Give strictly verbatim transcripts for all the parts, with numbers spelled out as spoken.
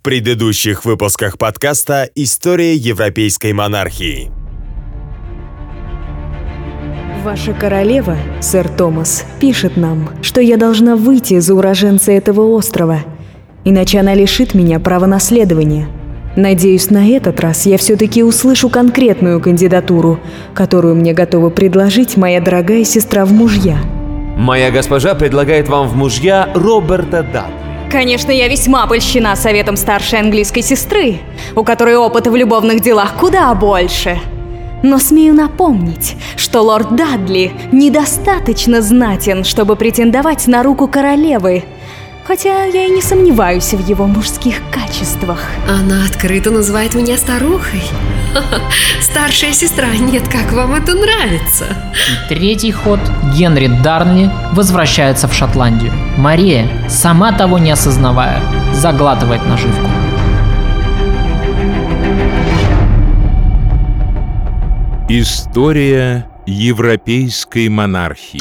предыдущих выпусках подкаста «История европейской монархии». Ваша королева, сэр Томас, пишет нам, что я должна выйти за уроженца этого острова, иначе она лишит меня права наследования. Надеюсь, на этот раз я все-таки услышу конкретную кандидатуру, которую мне готова предложить моя дорогая сестра в мужья. Моя госпожа предлагает вам в мужья Роберта Дадли. Конечно, я весьма польщена советом старшей английской сестры, у которой опыта в любовных делах куда больше. Но смею напомнить, что лорд Дадли недостаточно знатен, чтобы претендовать на руку королевы, хотя я и не сомневаюсь в его мужских качествах. Она открыто называет меня старухой. Старшая сестра, нет, как вам это нравится? И третий ход. Генри Дарнли возвращается в Шотландию. Мария, сама того не осознавая, заглатывает наживку. История европейской монархии.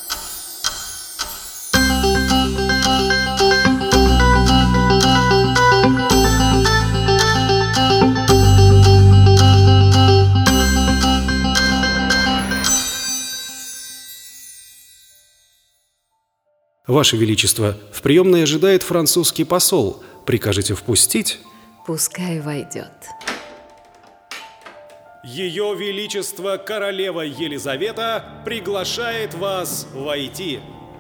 Ваше Величество, в приемной ожидает французский посол. Прикажете впустить? Пускай войдет. Ее Величество королева Елизавета приглашает вас войти.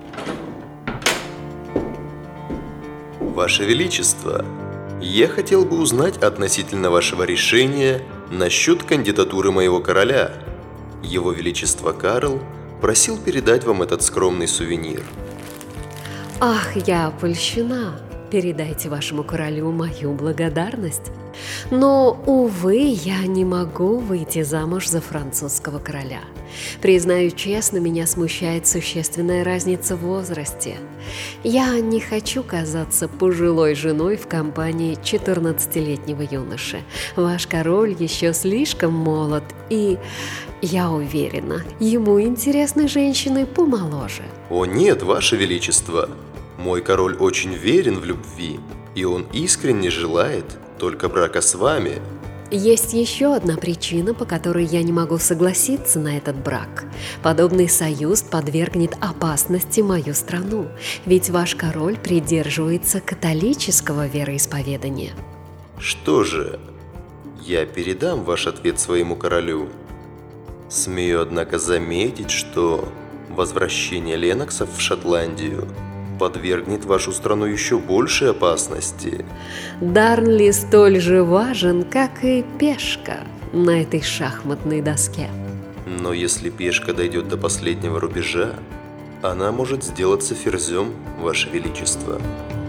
Ваше Величество, я хотел бы узнать относительно вашего решения насчет кандидатуры моего короля. Его Величество Карл просил передать вам этот скромный сувенир. Ах, я польщена. Передайте вашему королю мою благодарность. Но, увы, я не могу выйти замуж за французского короля. Признаю честно, меня смущает существенная разница в возрасте. Я не хочу казаться пожилой женой в компании четырнадцатилетнего юноши. Ваш король еще слишком молод, и, я уверена, ему интересны женщины помоложе. О нет, Ваше Величество! Мой король очень верен в любви, и он искренне желает только брака с вами. Есть еще одна причина, по которой я не могу согласиться на этот брак. Подобный союз подвергнет опасности мою страну, ведь ваш король придерживается католического вероисповедания. Что же, я передам ваш ответ своему королю. Смею, однако, заметить, что возвращение Ленноксов в Шотландию подвергнет вашу страну еще большей опасности. Дарнли столь же важен, как и пешка на этой шахматной доске. Но если пешка дойдет до последнего рубежа, она может сделаться ферзем, Ваше Величество.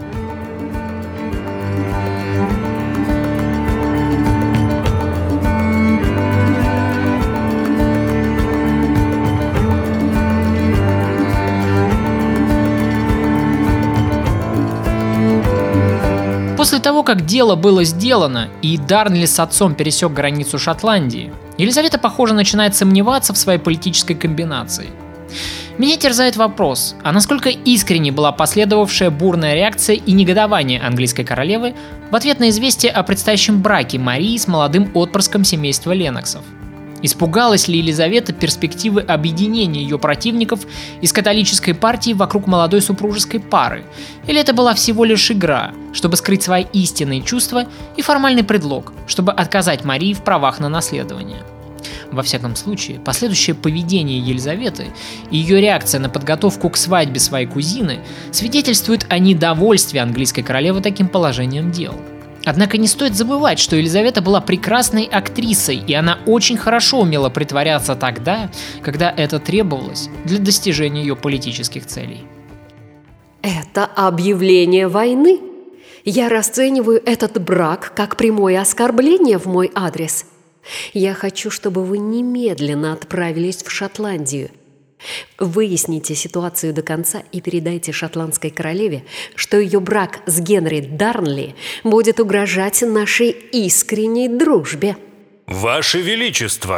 После того, как дело было сделано, и Дарнли с отцом пересек границу Шотландии, Елизавета, похоже, начинает сомневаться в своей политической комбинации. Меня терзает вопрос, а насколько искренней была последовавшая бурная реакция и негодование английской королевы в ответ на известие о предстоящем браке Марии с молодым отпрыском семейства Ленноксов? Испугалась ли Елизавета перспективы объединения ее противников из католической партии вокруг молодой супружеской пары? Или это была всего лишь игра, чтобы скрыть свои истинные чувства и формальный предлог, чтобы отказать Марии в правах на наследование? Во всяком случае, последующее поведение Елизаветы и ее реакция на подготовку к свадьбе своей кузины свидетельствует о недовольстве английской королевы таким положением дел. Однако не стоит забывать, что Елизавета была прекрасной актрисой, и она очень хорошо умела притворяться тогда, когда это требовалось для достижения ее политических целей. Это объявление войны. Я расцениваю этот брак как прямое оскорбление в мой адрес. Я хочу, чтобы вы немедленно отправились в Шотландию. Выясните ситуацию до конца и передайте шотландской королеве, что ее брак с Генри Дарнли будет угрожать нашей искренней дружбе. Ваше Величество,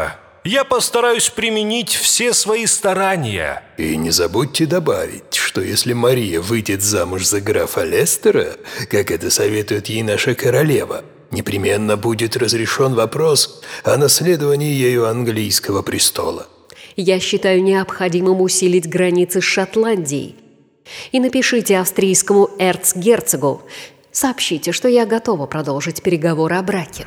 я постараюсь применить все свои старания. И не забудьте добавить, что если Мария выйдет замуж за графа Лестера, как это советует ей наша королева, непременно будет разрешен вопрос о наследовании ею английского престола. Я считаю необходимым усилить границы с Шотландией. И напишите австрийскому эрцгерцогу, сообщите, что я готова продолжить переговоры о браке.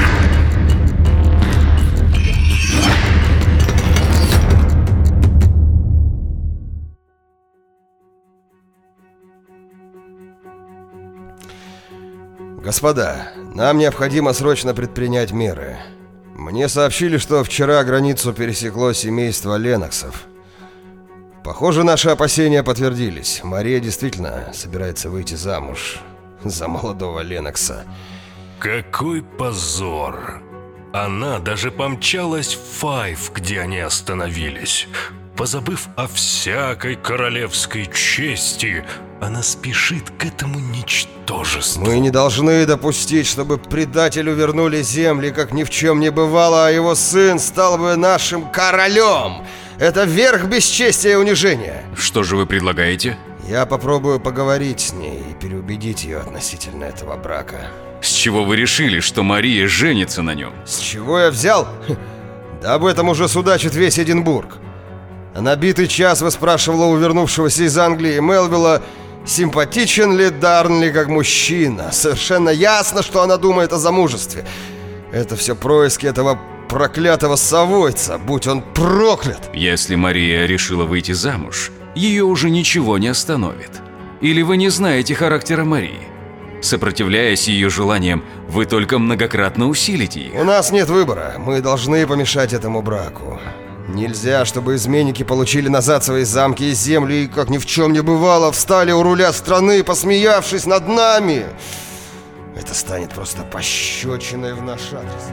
Господа, нам необходимо срочно предпринять меры. Мне сообщили, что вчера границу пересекло семейство Ленноксов. Похоже, наши опасения подтвердились. Мария действительно собирается выйти замуж за молодого Леннокса. Какой позор! Она даже помчалась в Файв, где они остановились. Позабыв о всякой королевской чести, она спешит к этому ничтожеству. Мы не должны допустить, чтобы предателю вернули земли, как ни в чем не бывало, а его сын стал бы нашим королем. Это верх бесчестия и унижения. Что же вы предлагаете? Я попробую поговорить с ней и переубедить ее относительно этого брака. С чего вы решили, что Мария женится на нем? С чего я взял? Да об этом уже судачит весь Эдинбург. А на битый час выспрашивала у вернувшегося из Англии Мелвилла, симпатичен ли Дарнли как мужчина. Совершенно ясно, что она думает о замужестве. Это все происки этого проклятого совойца, будь он проклят. Если Мария решила выйти замуж, ее уже ничего не остановит. Или вы не знаете характера Марии? Сопротивляясь ее желаниям, вы только многократно усилите их. У нас нет выбора, мы должны помешать этому браку. Нельзя, чтобы изменники получили назад свои замки и земли и, как ни в чем не бывало, встали у руля страны, посмеявшись над нами. Это станет просто пощечиной в наш адрес.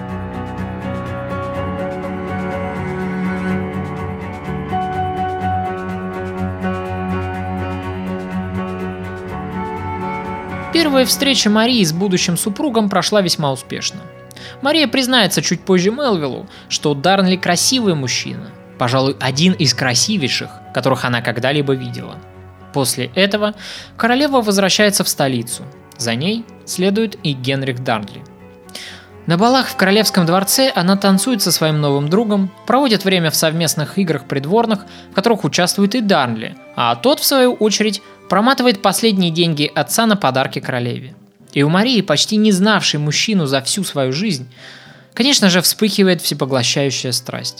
Первая встреча Марии с будущим супругом прошла весьма успешно. Мария признается чуть позже Мелвиллу, что Дарнли красивый мужчина, пожалуй, один из красивейших, которых она когда-либо видела. После этого королева возвращается в столицу. За ней следует и Генрих Дарнли. На балах в королевском дворце она танцует со своим новым другом, проводит время в совместных играх придворных, в которых участвует и Дарнли, а тот, в свою очередь, проматывает последние деньги отца на подарки королеве. И у Марии, почти не знавшей мужчину за всю свою жизнь, конечно же, вспыхивает всепоглощающая страсть.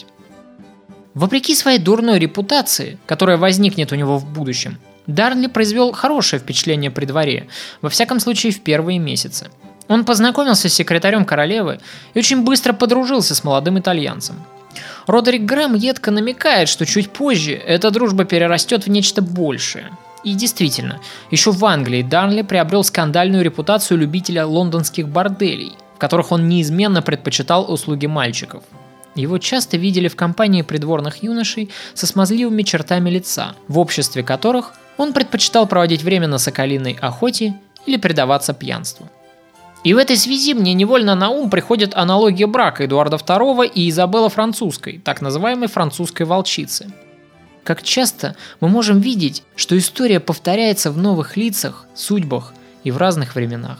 Вопреки своей дурной репутации, которая возникнет у него в будущем, Дарнли произвел хорошее впечатление при дворе, во всяком случае в первые месяцы. Он познакомился с секретарем королевы и очень быстро подружился с молодым итальянцем. Родерик Грэм едко намекает, что чуть позже эта дружба перерастет в нечто большее. И действительно, еще в Англии Дарнли приобрел скандальную репутацию любителя лондонских борделей, в которых он неизменно предпочитал услуги мальчиков. Его часто видели в компании придворных юношей со смазливыми чертами лица, в обществе которых он предпочитал проводить время на соколиной охоте или предаваться пьянству. И в этой связи мне невольно на ум приходит аналогия брака Эдуарда второго и Изабеллы Французской, так называемой французской волчицы. Как часто мы можем видеть, что история повторяется в новых лицах, судьбах и в разных временах.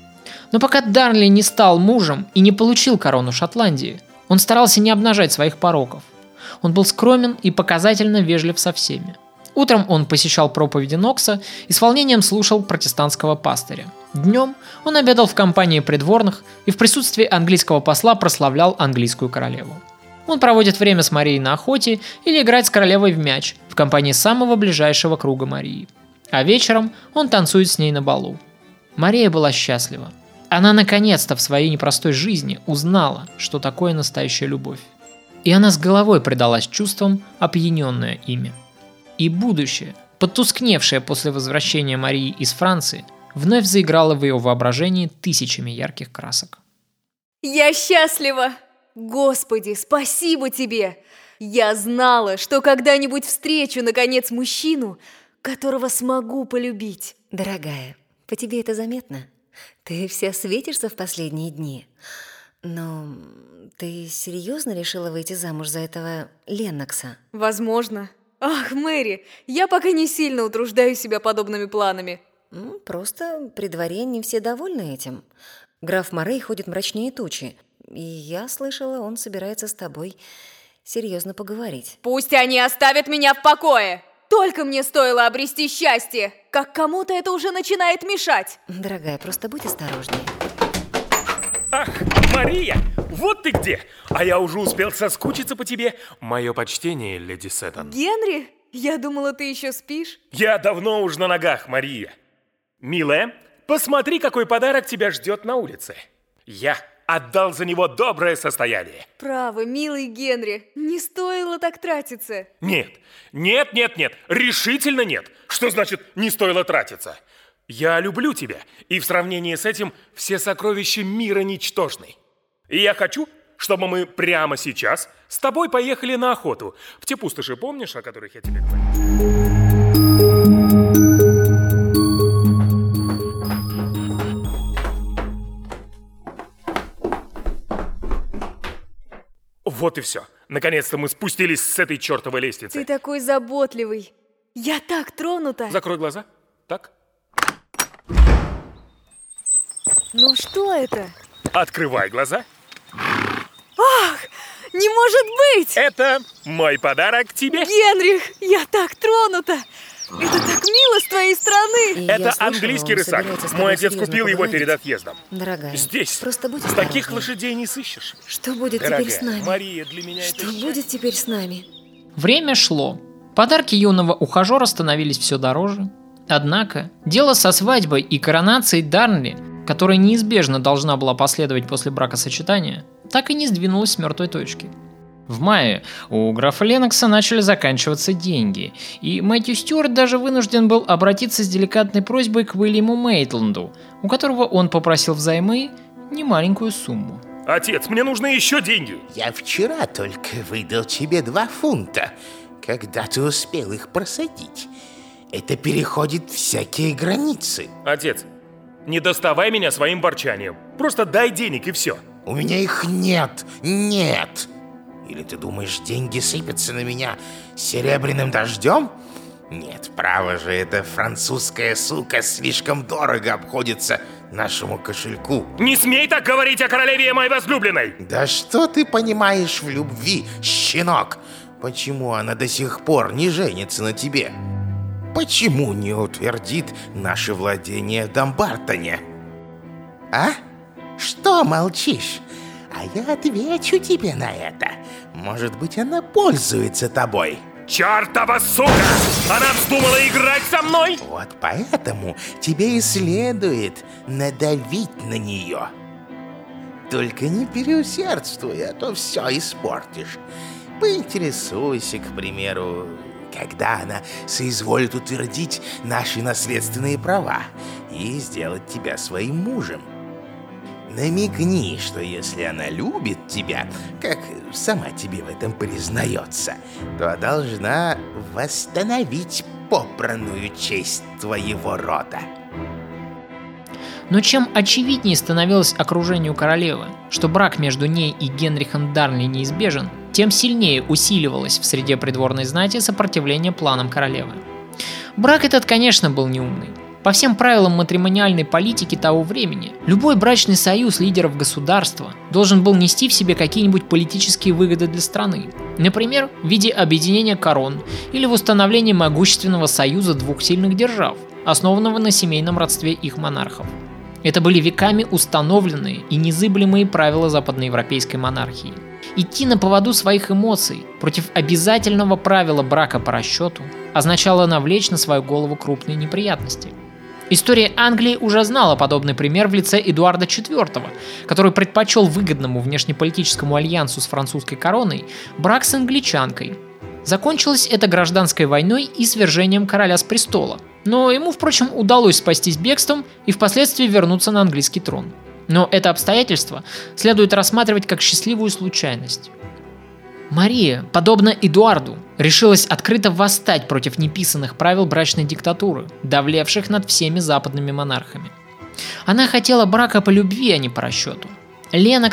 Но пока Дарнли не стал мужем и не получил корону Шотландии, он старался не обнажать своих пороков. Он был скромен и показательно вежлив со всеми. Утром он посещал проповеди Нокса и с волнением слушал протестантского пастыря. Днем он обедал в компании придворных и в присутствии английского посла прославлял английскую королеву. Он проводит время с Марией на охоте или играет с королевой в мяч в компании самого ближайшего круга Марии. А вечером он танцует с ней на балу. Мария была счастлива. Она наконец-то в своей непростой жизни узнала, что такое настоящая любовь. И она с головой предалась чувствам, опьяненная ими. И будущее, потускневшее после возвращения Марии из Франции, вновь заиграло в ее воображении тысячами ярких красок. Я счастлива! Господи, спасибо тебе! Я знала, что когда-нибудь встречу, наконец, мужчину, которого смогу полюбить. Дорогая, по тебе это заметно? Ты вся светишься в последние дни. Но ты серьезно решила выйти замуж за этого Леннокса? Возможно. Ах, Мэри, я пока не сильно утруждаю себя подобными планами. Ну, просто при дворе не все довольны этим. Граф Морей ходит мрачнее тучи. И я слышала, он собирается с тобой серьезно поговорить. Пусть они оставят меня в покое! Только мне стоило обрести счастье, как кому-то это уже начинает мешать. Дорогая, просто будь осторожнее. Ах, Мария, вот ты где! А я уже успел соскучиться по тебе. Мое почтение, леди Сеттон. Генри, я думала, ты еще спишь. Я давно уж на ногах, Мария. Милая, посмотри, какой подарок тебя ждет на улице. Я отдал за него доброе состояние. Право, милый Генри, не стоило так тратиться. Нет, нет, нет, нет, решительно нет. Что значит «не стоило тратиться»? Я люблю тебя, и в сравнении с этим все сокровища мира ничтожны. И я хочу, чтобы мы прямо сейчас с тобой поехали на охоту. В те пустоши, помнишь, о которых я тебе говорил? Вот и все. Наконец-то мы спустились с этой чертовой лестницы. Ты такой заботливый. Я так тронута. Закрой глаза. Так. Ну что это? Открывай глаза. Ах, не может быть! Это мой подарок тебе. Генрих, я так тронута. Это так мило с твоей стороны. И Это слышала, английский рысак. Мой Мой отец купил его перед отъездом. Дорогая, Здесь просто будь с осторожнее. таких лошадей не сыщешь. Что будет Дорогая, теперь с нами? Мария, для меня Что это будет теперь с нами? Время шло. Подарки юного ухажера становились все дороже. Однако, дело со свадьбой и коронацией Дарнли, которая неизбежно должна была последовать после бракосочетания, так и не сдвинулась с мертвой точки. В мае у графа Леннокса начали заканчиваться деньги, и Мэтью Стюарт даже вынужден был обратиться с деликатной просьбой к Уильяму Мейтленду, у которого он попросил взаймы немаленькую сумму. Отец, мне нужны еще деньги. Я вчера только выдал тебе два фунта. Когда ты успел их просадить? Это переходит всякие границы. Отец, не доставай меня своим ворчанием. Просто дай денег и все. У меня их нет, нет. Или ты думаешь, деньги сыпятся на меня серебряным дождем? Нет, право же, эта французская сука слишком дорого обходится нашему кошельку. Не смей так говорить о королеве моей возлюбленной! Да что ты понимаешь в любви, щенок? Почему она до сих пор не женится на тебе? Почему не утвердит наше владение в Дамбартоне? А? Что молчишь? А я отвечу тебе на это. Может быть, она пользуется тобой. Чертова сука! Она вздумала играть со мной? Вот поэтому тебе и следует надавить на нее. Только не переусердствуй, а то все испортишь. Поинтересуйся, к примеру, когда она соизволит утвердить наши наследственные права и сделать тебя своим мужем. Намекни, что если она любит тебя, как сама тебе в этом признается, то должна восстановить попранную честь твоего рода. Но чем очевиднее становилось окружению королевы, что брак между ней и Генрихом Дарнли неизбежен, тем сильнее усиливалось в среде придворной знати сопротивление планам королевы. Брак этот, конечно, был неумный. По всем правилам матримониальной политики того времени, любой брачный союз лидеров государства должен был нести в себе какие-нибудь политические выгоды для страны. Например, в виде объединения корон или в установлении могущественного союза двух сильных держав, основанного на семейном родстве их монархов. Это были веками установленные и незыблемые правила западноевропейской монархии. Идти на поводу своих эмоций против обязательного правила брака по расчету означало навлечь на свою голову крупные неприятности. История Англии уже знала подобный пример в лице Эдуарда четвёртого, который предпочел выгодному внешнеполитическому альянсу с французской короной брак с англичанкой. Закончилось это гражданской войной и свержением короля с престола, но ему, впрочем, удалось спастись бегством и впоследствии вернуться на английский трон. Но это обстоятельство следует рассматривать как счастливую случайность. Мария, подобно Эдуарду, решилась открыто восстать против неписанных правил брачной диктатуры, давлевших над всеми западными монархами. Она хотела брака по любви, а не по расчету. Леннокса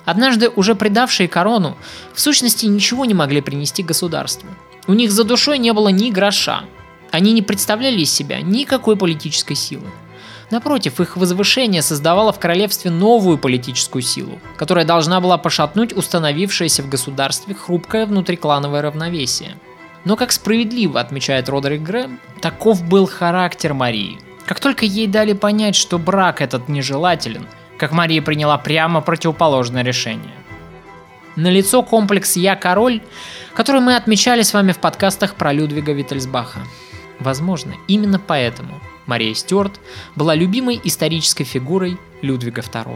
однажды уже предавшие корону, в сущности ничего не могли принести государству. У них за душой не было ни гроша. Они не представляли из себя никакой политической силы. Напротив, их возвышение создавало в королевстве новую политическую силу, которая должна была пошатнуть установившееся в государстве хрупкое внутриклановое равновесие. Но, как справедливо отмечает Родерик Грэм, таков был характер Марии. Как только ей дали понять, что брак этот нежелателен, как Мария приняла прямо противоположное решение. Налицо комплекс «Я король», который мы отмечали с вами в подкастах про Людвига Виттельсбаха. Возможно, именно поэтому Мария Стюарт была любимой исторической фигурой Людвига второго.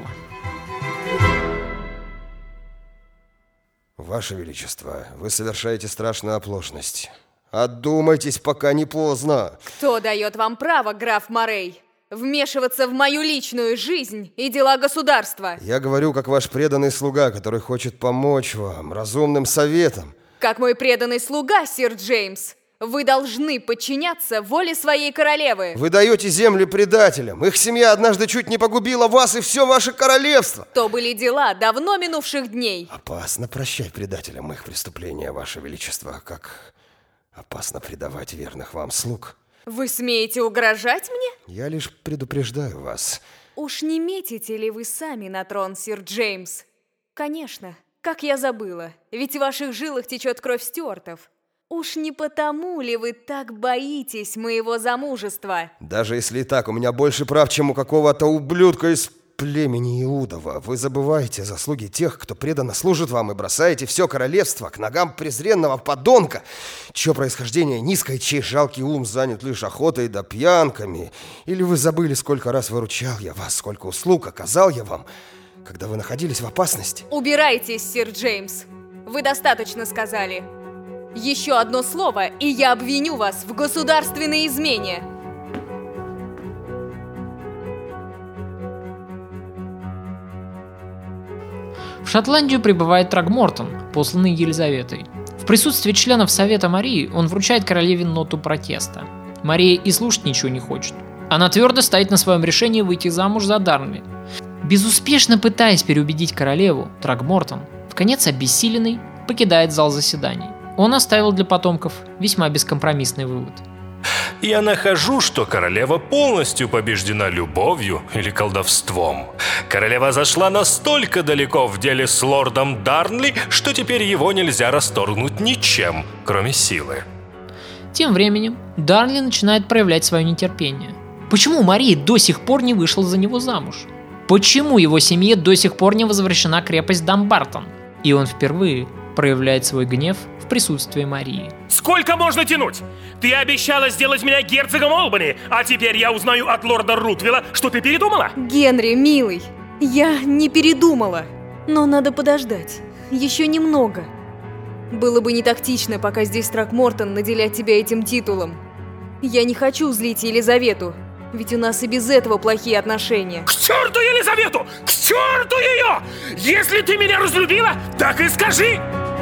Ваше Величество, вы совершаете страшную оплошность. Одумайтесь, пока не поздно. Кто дает вам право, граф Морей, вмешиваться в мою личную жизнь и дела государства? Я говорю, как ваш преданный слуга, который хочет помочь вам разумным советом. Как мой преданный слуга, сир Джеймс, вы должны подчиняться воле своей королевы. Вы даете земли предателям. Их семья однажды чуть не погубила вас и все ваше королевство. То были дела давно минувших дней. Опасно прощать предателям их преступления, Ваше Величество, как опасно предавать верных вам слуг. Вы смеете угрожать мне? Я лишь предупреждаю вас. Уж не метите ли вы сами на трон, сир Джеймс? Конечно, как я забыла, ведь в ваших жилах течет кровь Стюартов. Уж не потому ли вы так боитесь моего замужества? Даже если и так, у меня больше прав, чем у какого-то ублюдка из племени Иудова. Вы забываете заслуги тех, кто преданно служит вам, и бросаете все королевство к ногам презренного подонка, чье происхождение низкое, чей жалкий ум занят лишь охотой да пьянками. Или вы забыли, сколько раз выручал я вас, сколько услуг оказал я вам, когда вы находились в опасности? Убирайтесь, сир Джеймс. Вы достаточно сказали. Еще одно слово, и я обвиню вас в государственной измене. В Шотландию прибывает Трагмортон, посланный Елизаветой. В присутствии членов Совета Марии он вручает королеве ноту протеста. Мария и слушать ничего не хочет. Она твердо стоит на своем решении выйти замуж за Дарнли. Безуспешно пытаясь переубедить королеву, Трагмортон, вконец обессиленный, покидает зал заседаний. Он оставил для потомков весьма бескомпромиссный вывод. Я нахожу, что королева полностью побеждена любовью или колдовством. Королева зашла настолько далеко в деле с лордом Дарнли, что теперь его нельзя расторгнуть ничем, кроме силы. Тем временем Дарнли начинает проявлять свое нетерпение. Почему Мария до сих пор не вышла за него замуж? Почему его семье до сих пор не возвращена крепость Дамбартон? И он впервые проявляет свой гнев в присутствии Марии. Сколько можно тянуть? Ты обещала сделать меня герцогом Олбани, а теперь я узнаю от лорда Рутвилла, что ты передумала? Генри, милый, я не передумала. Но надо подождать. Еще немного. Было бы не тактично, пока здесь Трагмортон, наделять тебя этим титулом. Я не хочу злить Елизавету, ведь у нас и без этого плохие отношения. К черту Елизавету! К черту ее! Если ты меня разлюбила, так и скажи!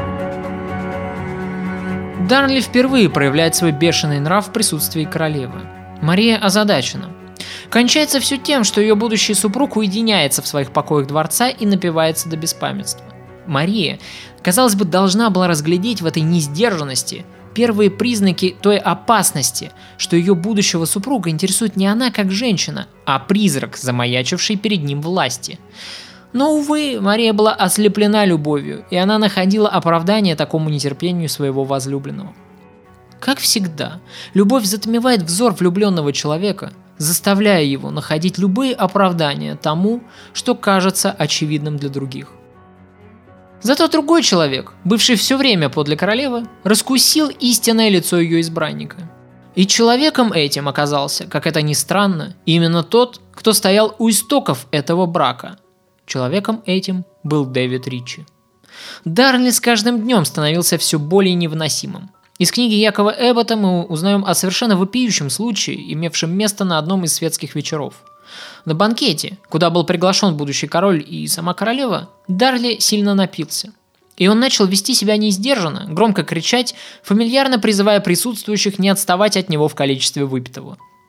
Дарнли впервые проявляет свой бешеный нрав в присутствии королевы. Мария озадачена. Кончается все тем, что ее будущий супруг уединяется в своих покоях дворца и напивается до беспамятства. Мария, казалось бы, должна была разглядеть в этой несдержанности первые признаки той опасности, что ее будущего супруга интересует не она как женщина, а призрак, замаячивший перед ним власти. Но, увы, Мария была ослеплена любовью, и она находила оправдание такому нетерпению своего возлюбленного. Как всегда, любовь затмевает взор влюбленного человека, заставляя его находить любые оправдания тому, что кажется очевидным для других. Зато другой человек, бывший все время подле королевы, раскусил истинное лицо ее избранника. И человеком этим оказался, как это ни странно, именно тот, кто стоял у истоков этого брака. Человеком этим был Дэвид Ричи. Дарнли с каждым днем становился все более невыносимым. Из книги Якова Эббота мы узнаем о совершенно вопиющем случае, имевшем место на одном из светских вечеров. На банкете, куда был приглашен будущий король и сама королева, Дарнли сильно напился. И он начал вести себя неиздержанно, громко кричать, фамильярно призывая присутствующих не отставать от него в количестве выпитого.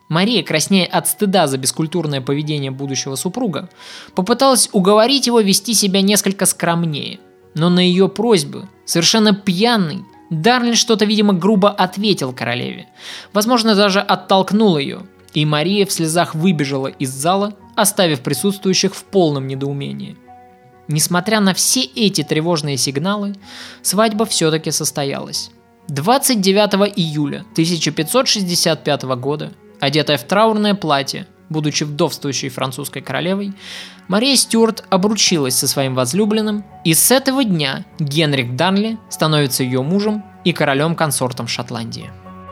Мария, краснея от стыда за бескультурное поведение будущего супруга, попыталась уговорить его вести себя несколько скромнее. Но на ее просьбы, совершенно пьяный, Дарнли что-то, видимо, грубо ответил королеве. Возможно, даже оттолкнул ее, и Мария в слезах выбежала из зала, оставив присутствующих в полном недоумении. Несмотря на все эти тревожные сигналы, свадьба все-таки состоялась. двадцать девятого июля тысяча пятьсот шестьдесят пятого года, одетая в траурное платье, будучи вдовствующей французской королевой, Мария Стюарт обручилась со своим возлюбленным, и с этого дня Генрих Дарнли становится ее мужем и королем-консортом Шотландии.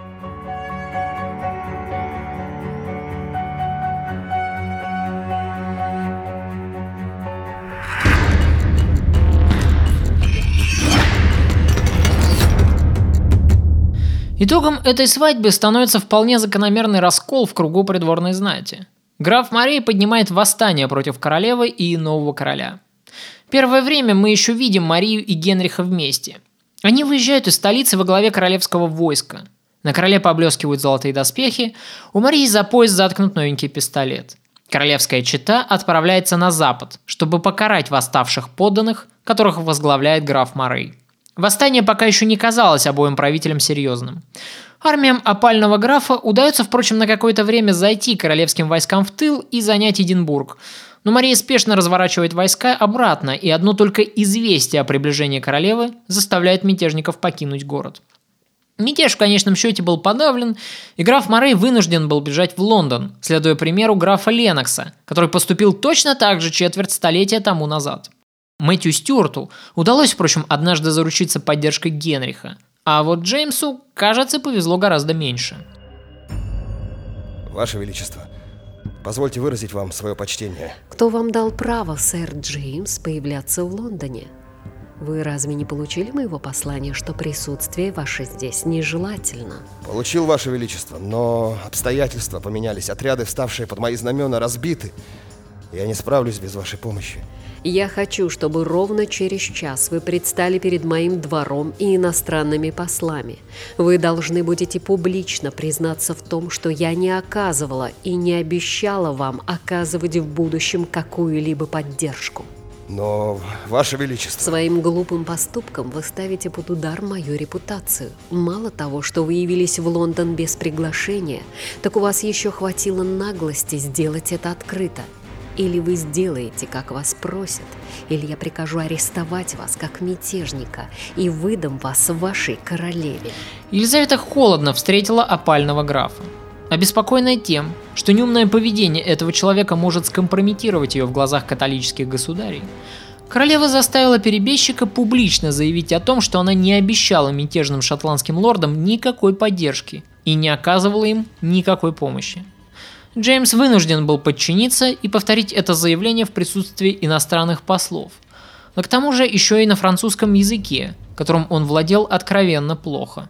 Итогом этой свадьбы становится вполне закономерный раскол в кругу придворной знати. Граф Морей поднимает восстание против королевы и нового короля. Первое время мы еще видим Марию и Генриха вместе. Они выезжают из столицы во главе королевского войска. На короле поблескивают золотые доспехи, у Марии за пояс заткнут новенький пистолет. Королевская чета отправляется на запад, чтобы покарать восставших подданных, которых возглавляет граф Морей. Восстание пока еще не казалось обоим правителям серьезным. Армиям опального графа удается, впрочем, на какое-то время зайти королевским войскам в тыл и занять Эдинбург. Но Мария спешно разворачивает войска обратно, и одно только известие о приближении королевы заставляет мятежников покинуть город. Мятеж в конечном счете был подавлен, и граф Морей вынужден был бежать в Лондон, следуя примеру графа Леннокса, который поступил точно так же четверть столетия тому назад. Мэтью Стюарту удалось, впрочем, однажды заручиться поддержкой Генриха, а вот Джеймсу, кажется, повезло гораздо меньше. Ваше Величество, позвольте выразить вам свое почтение. Кто вам дал право, сэр Джеймс, появляться в Лондоне? Вы разве не получили моего послания, что присутствие ваше здесь нежелательно? Получил, Ваше Величество, но обстоятельства поменялись. Отряды, вставшие под мои знамена, разбиты. Я не справлюсь без вашей помощи. Я хочу, чтобы ровно через час вы предстали перед моим двором и иностранными послами. Вы должны будете публично признаться в том, что я не оказывала и не обещала вам оказывать в будущем какую-либо поддержку. Но, Ваше Величество... Своим глупым поступком вы ставите под удар мою репутацию. Мало того, что вы явились в Лондон без приглашения, так у вас еще хватило наглости сделать это открыто. Или вы сделаете, как вас просят, или я прикажу арестовать вас, как мятежника, и выдам вас вашей королеве. Елизавета холодно встретила опального графа. Обеспокоенная тем, что неумное поведение этого человека может скомпрометировать ее в глазах католических государей, королева заставила перебежчика публично заявить о том, что она не обещала мятежным шотландским лордам никакой поддержки и не оказывала им никакой помощи. Джеймс вынужден был подчиниться и повторить это заявление в присутствии иностранных послов, но к тому же еще и на французском языке, которым он владел откровенно плохо.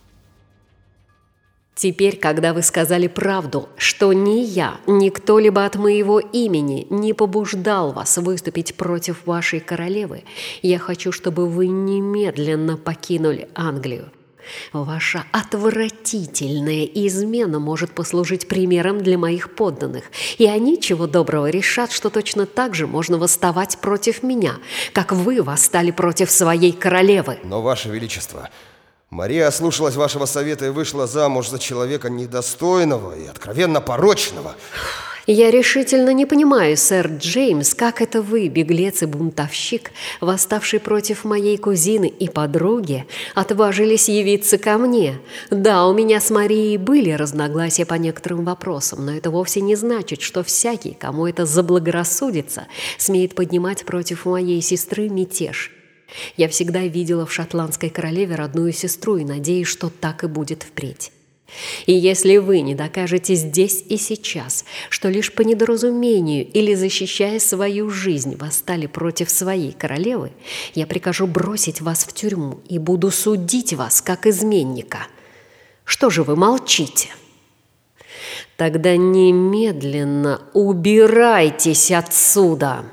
Теперь, когда вы сказали правду, что ни я, ни кто-либо от моего имени не побуждал вас выступить против вашей королевы, я хочу, чтобы вы немедленно покинули Англию. Ваша отвратительная измена может послужить примером для моих подданных, и они, чего доброго, решат, что точно так же можно восставать против меня, как вы восстали против своей королевы. Но, Ваше Величество, Мария ослушалась вашего совета и вышла замуж за человека недостойного и откровенно порочного. Я решительно не понимаю, сэр Джеймс, как это вы, беглец и бунтовщик, восставший против моей кузины и подруги, отважились явиться ко мне. Да, у меня с Марией были разногласия по некоторым вопросам, но это вовсе не значит, что всякий, кому это заблагорассудится, смеет поднимать против моей сестры мятеж. Я всегда видела в шотландской королеве родную сестру и надеюсь, что так и будет впредь. И если вы не докажете здесь и сейчас, что лишь по недоразумению или защищая свою жизнь восстали против своей королевы, я прикажу бросить вас в тюрьму и буду судить вас как изменника. Что же вы молчите? Тогда немедленно убирайтесь отсюда!»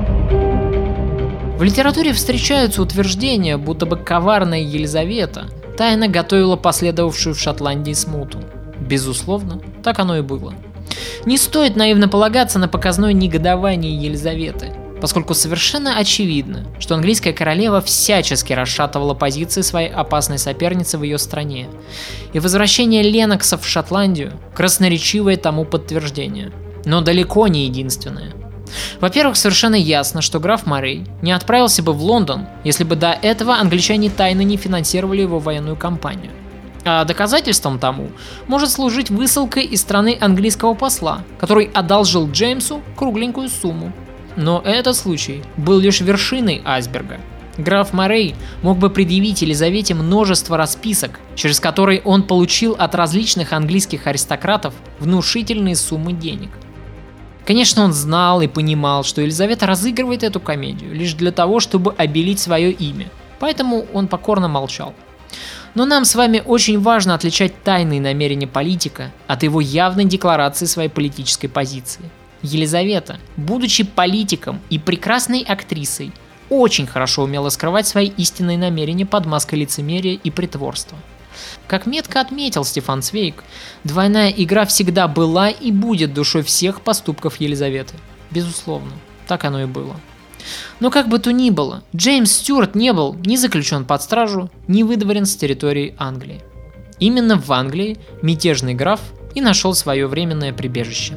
В литературе встречаются утверждения, будто бы коварная Елизавета тайно готовила последовавшую в Шотландии смуту. Безусловно, так оно и было. Не стоит наивно полагаться на показное негодование Елизаветы, поскольку совершенно очевидно, что английская королева всячески расшатывала позиции своей опасной соперницы в ее стране, и возвращение Ленноксов в Шотландию – красноречивое тому подтверждение, но далеко не единственное. Во-первых, совершенно ясно, что граф Морей не отправился бы в Лондон, если бы до этого англичане тайно не финансировали его военную кампанию. А доказательством тому может служить высылка из страны английского посла, который одолжил Джеймсу кругленькую сумму. Но этот случай был лишь вершиной айсберга. Граф Морей мог бы предъявить Елизавете множество расписок, через которые он получил от различных английских аристократов внушительные суммы денег. Конечно, он знал и понимал, что Елизавета разыгрывает эту комедию лишь для того, чтобы обелить свое имя, поэтому он покорно молчал. Но нам с вами очень важно отличать тайные намерения политика от его явной декларации своей политической позиции. Елизавета, будучи политиком и прекрасной актрисой, очень хорошо умела скрывать свои истинные намерения под маской лицемерия и притворства. Как метко отметил Стефан Цвейг, двойная игра всегда была и будет душой всех поступков Елизаветы. Безусловно, так оно и было. Но как бы то ни было, Джеймс Стюарт не был ни заключен под стражу, ни выдворен с территории Англии. Именно в Англии мятежный граф и нашел свое временное прибежище.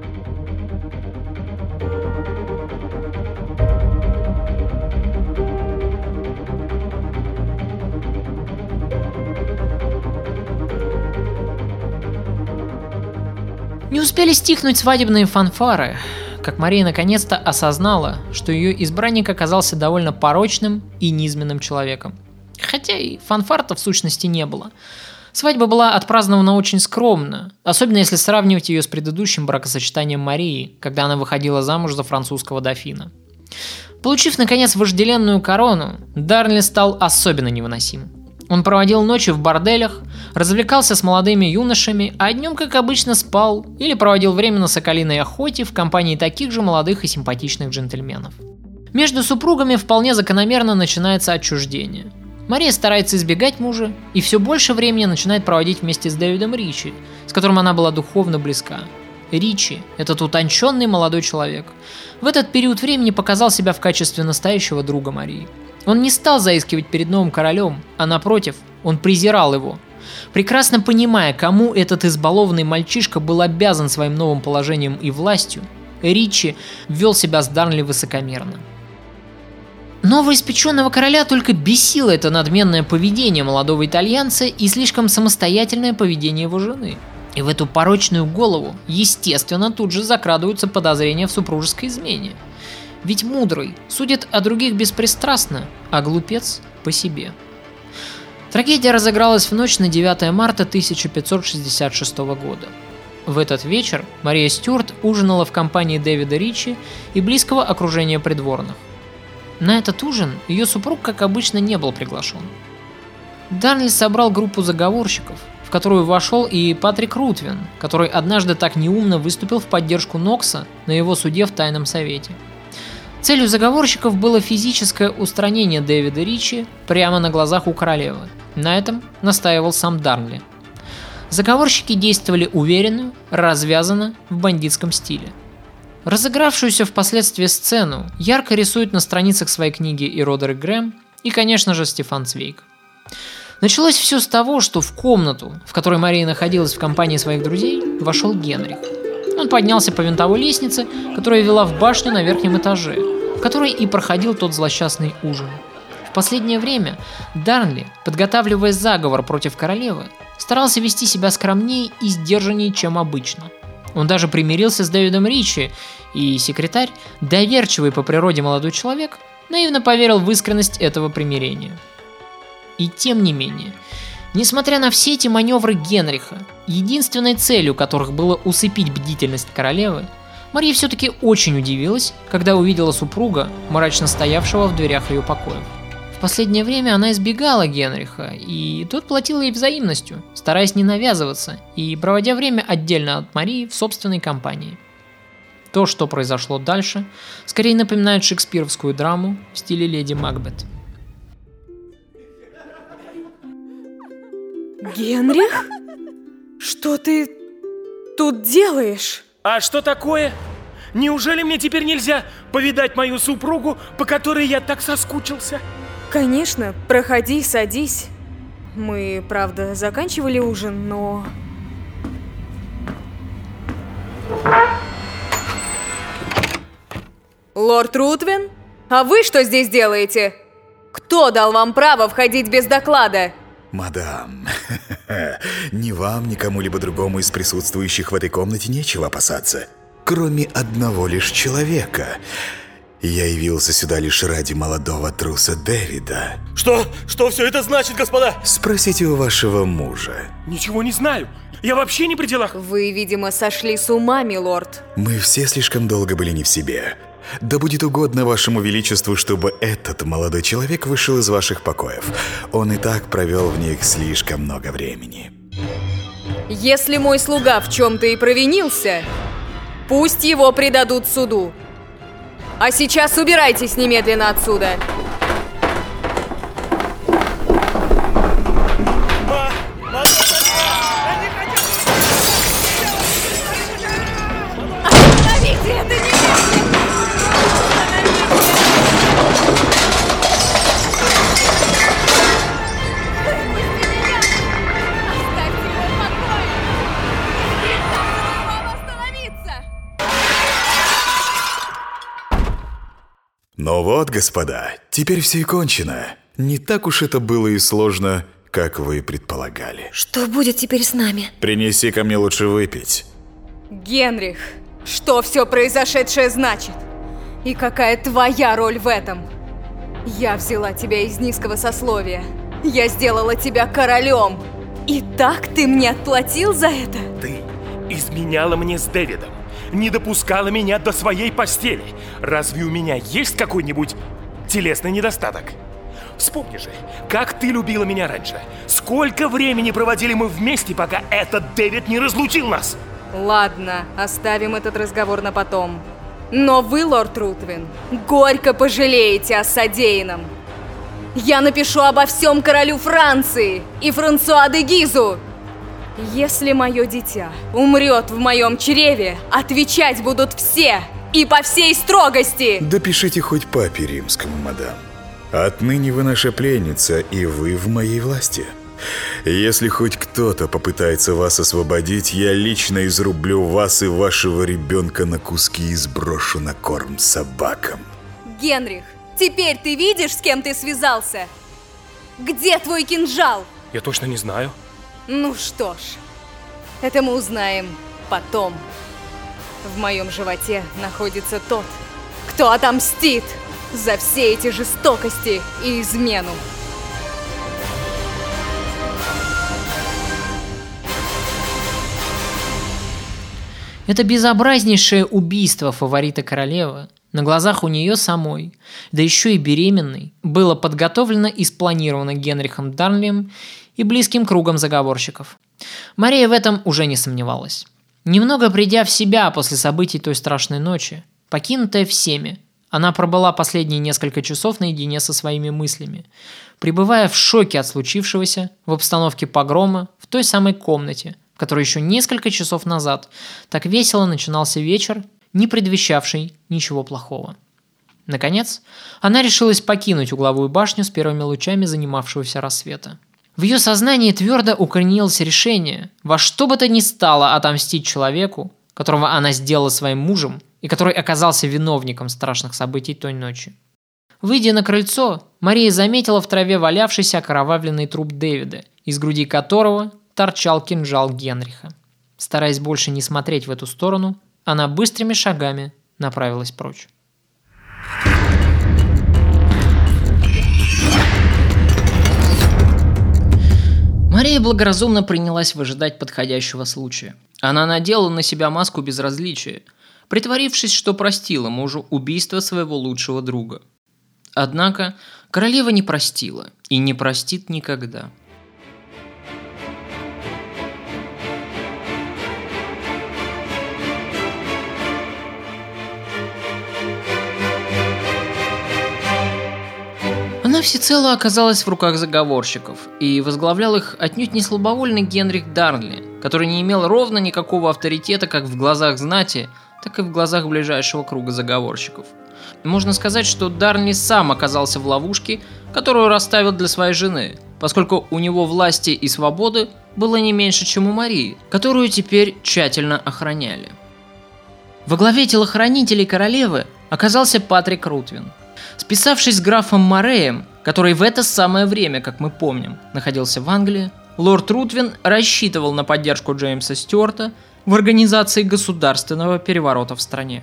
Не успели стихнуть свадебные фанфары, как Мария наконец-то осознала, что ее избранник оказался довольно порочным и низменным человеком. Хотя и фанфар-то в сущности не было. Свадьба была отпразднована очень скромно, особенно если сравнивать ее с предыдущим бракосочетанием Марии, когда она выходила замуж за французского дофина. Получив, наконец, вожделенную корону, Дарнли стал особенно невыносим. Он проводил ночи в борделях, развлекался с молодыми юношами, а днем, как обычно, спал или проводил время на соколиной охоте в компании таких же молодых и симпатичных джентльменов. Между супругами вполне закономерно начинается отчуждение. Мария старается избегать мужа и все больше времени начинает проводить вместе с Дэвидом Ричи, с которым она была духовно близка. Ричи, этот утонченный молодой человек, в этот период времени показал себя в качестве настоящего друга Марии. Он не стал заискивать перед новым королем, а напротив, он презирал его. Прекрасно понимая, кому этот избалованный мальчишка был обязан своим новым положением и властью, Ричи вел себя с Дарнли высокомерно. Новоиспеченного короля только бесило это надменное поведение молодого итальянца и слишком самостоятельное поведение его жены. И в эту порочную голову, естественно, тут же закрадываются подозрения в супружеской измене. Ведь мудрый судит о других беспристрастно, а глупец по себе. Трагедия разыгралась в ночь на девятое марта тысяча пятьсот шестьдесят шестого года. В этот вечер Мария Стюарт ужинала в компании Дэвида Ричи и близкого окружения придворных. На этот ужин ее супруг, как обычно, не был приглашен. Дарнли собрал группу заговорщиков, в которую вошел и Патрик Рутвин, который однажды так неумно выступил в поддержку Нокса на его суде в Тайном Совете. Целью заговорщиков было физическое устранение Дэвида Ричи прямо на глазах у королевы. На этом настаивал сам Дарнли. Заговорщики действовали уверенно, развязанно, в бандитском стиле. Разыгравшуюся впоследствии сцену ярко рисует на страницах своей книги и Родерик Грэм, и, конечно же, Стефан Цвейг. Началось все с того, что в комнату, в которой Мария находилась в компании своих друзей, вошел Генрих. Он поднялся по винтовой лестнице, которая вела в башню на верхнем этаже, в которой и проходил тот злосчастный ужин. В последнее время Дарнли, подготавливая заговор против королевы, старался вести себя скромнее и сдержаннее, чем обычно. Он даже примирился с Дэвидом Ричи, и секретарь, доверчивый по природе молодой человек, наивно поверил в искренность этого примирения. И тем не менее, несмотря на все эти маневры Генриха, единственной целью которых было усыпить бдительность королевы, Мария все-таки очень удивилась, когда увидела супруга, мрачно стоявшего в дверях ее покоев. В последнее время она избегала Генриха, и тот платил ей взаимностью, стараясь не навязываться и проводя время отдельно от Марии в собственной компании. То, что произошло дальше, скорее напоминает шекспировскую драму в стиле «Леди Макбет». Генрих? Что ты тут делаешь? А что такое? Неужели мне теперь нельзя повидать мою супругу, по которой я так соскучился? Конечно, проходи, садись. Мы, правда, заканчивали ужин, но... Лорд Рутвин? А вы что здесь делаете? Кто дал вам право входить без доклада? Мадам, ни вам, ни кому-либо другому из присутствующих в этой комнате нечего опасаться, кроме одного лишь человека. Я явился сюда лишь ради молодого труса Дэвида. Что? Что все это значит, господа? Спросите у вашего мужа. Ничего не знаю. Я вообще не при делах. Вы, видимо, сошли с ума, милорд. Мы все слишком долго были не в себе. Да будет угодно вашему величеству, чтобы этот молодой человек вышел из ваших покоев. Он и так провел в них слишком много времени. Если мой слуга в чем-то и провинился, пусть его предадут суду. А сейчас убирайтесь немедленно отсюда. Остановите это немедленно! Ну вот, господа, теперь все и кончено. Не так уж это было и сложно, как вы предполагали. Что будет теперь с нами? Принеси ко мне лучше выпить. Генрих, что все произошедшее значит? И какая твоя роль в этом? Я взяла тебя из низкого сословия. Я сделала тебя королем. И так ты мне отплатил за это? Ты изменяла мне с Дэвидом. Не допускала меня до своей постели. Разве у меня есть какой-нибудь телесный недостаток? Вспомни же, как ты любила меня раньше. Сколько времени проводили мы вместе, пока этот Дэвид не разлучил нас? Ладно, оставим этот разговор на потом. Но вы, лорд Рутвин, горько пожалеете о содеянном. Я напишу обо всем королю Франции и Франсуа де Гизу. Если мое дитя умрет в моем чреве, отвечать будут все и по всей строгости. Допишите хоть папе римскому, мадам. Отныне вы наша пленница, и вы в моей власти. Если хоть кто-то попытается вас освободить, я лично изрублю вас и вашего ребенка на куски и сброшу на корм собакам. Генрих, теперь ты видишь, с кем ты связался? Где твой кинжал? Я точно не знаю. Ну что ж, это мы узнаем потом. В моем животе находится тот, кто отомстит за все эти жестокости и измену. Это безобразнейшее убийство фаворита королевы на глазах у нее самой, да еще и беременной, было подготовлено и спланировано Генрихом Дарнлием и близким кругом заговорщиков. Мария в этом уже не сомневалась. Немного придя в себя после событий той страшной ночи, покинутая всеми, она пробыла последние несколько часов наедине со своими мыслями, пребывая в шоке от случившегося в обстановке погрома в той самой комнате, в которой еще несколько часов назад так весело начинался вечер, не предвещавший ничего плохого. Наконец, она решилась покинуть угловую башню с первыми лучами занимавшегося рассвета. В ее сознании твердо укоренилось решение во что бы то ни стало отомстить человеку, которого она сделала своим мужем и который оказался виновником страшных событий той ночи. Выйдя на крыльцо, Мария заметила в траве валявшийся окровавленный труп Дэвида, из груди которого торчал кинжал Генриха. Стараясь больше не смотреть в эту сторону, она быстрыми шагами направилась прочь. Мария благоразумно принялась выжидать подходящего случая. Она надела на себя маску безразличия, притворившись, что простила мужу убийство своего лучшего друга. Однако королева не простила и не простит никогда. Она она всецело оказалась в руках заговорщиков, и возглавлял их отнюдь не слабовольный Генрих Дарнли, который не имел ровно никакого авторитета как в глазах знати, так и в глазах ближайшего круга заговорщиков. Можно сказать, что Дарнли сам оказался в ловушке, которую расставил для своей жены, поскольку у него власти и свободы было не меньше, чем у Марии, которую теперь тщательно охраняли. Во главе телохранителей королевы оказался Патрик Рутвин. Списавшись с графом Мореем, который в это самое время, как мы помним, находился в Англии, лорд Рутвин рассчитывал на поддержку Джеймса Стюарта в организации государственного переворота в стране.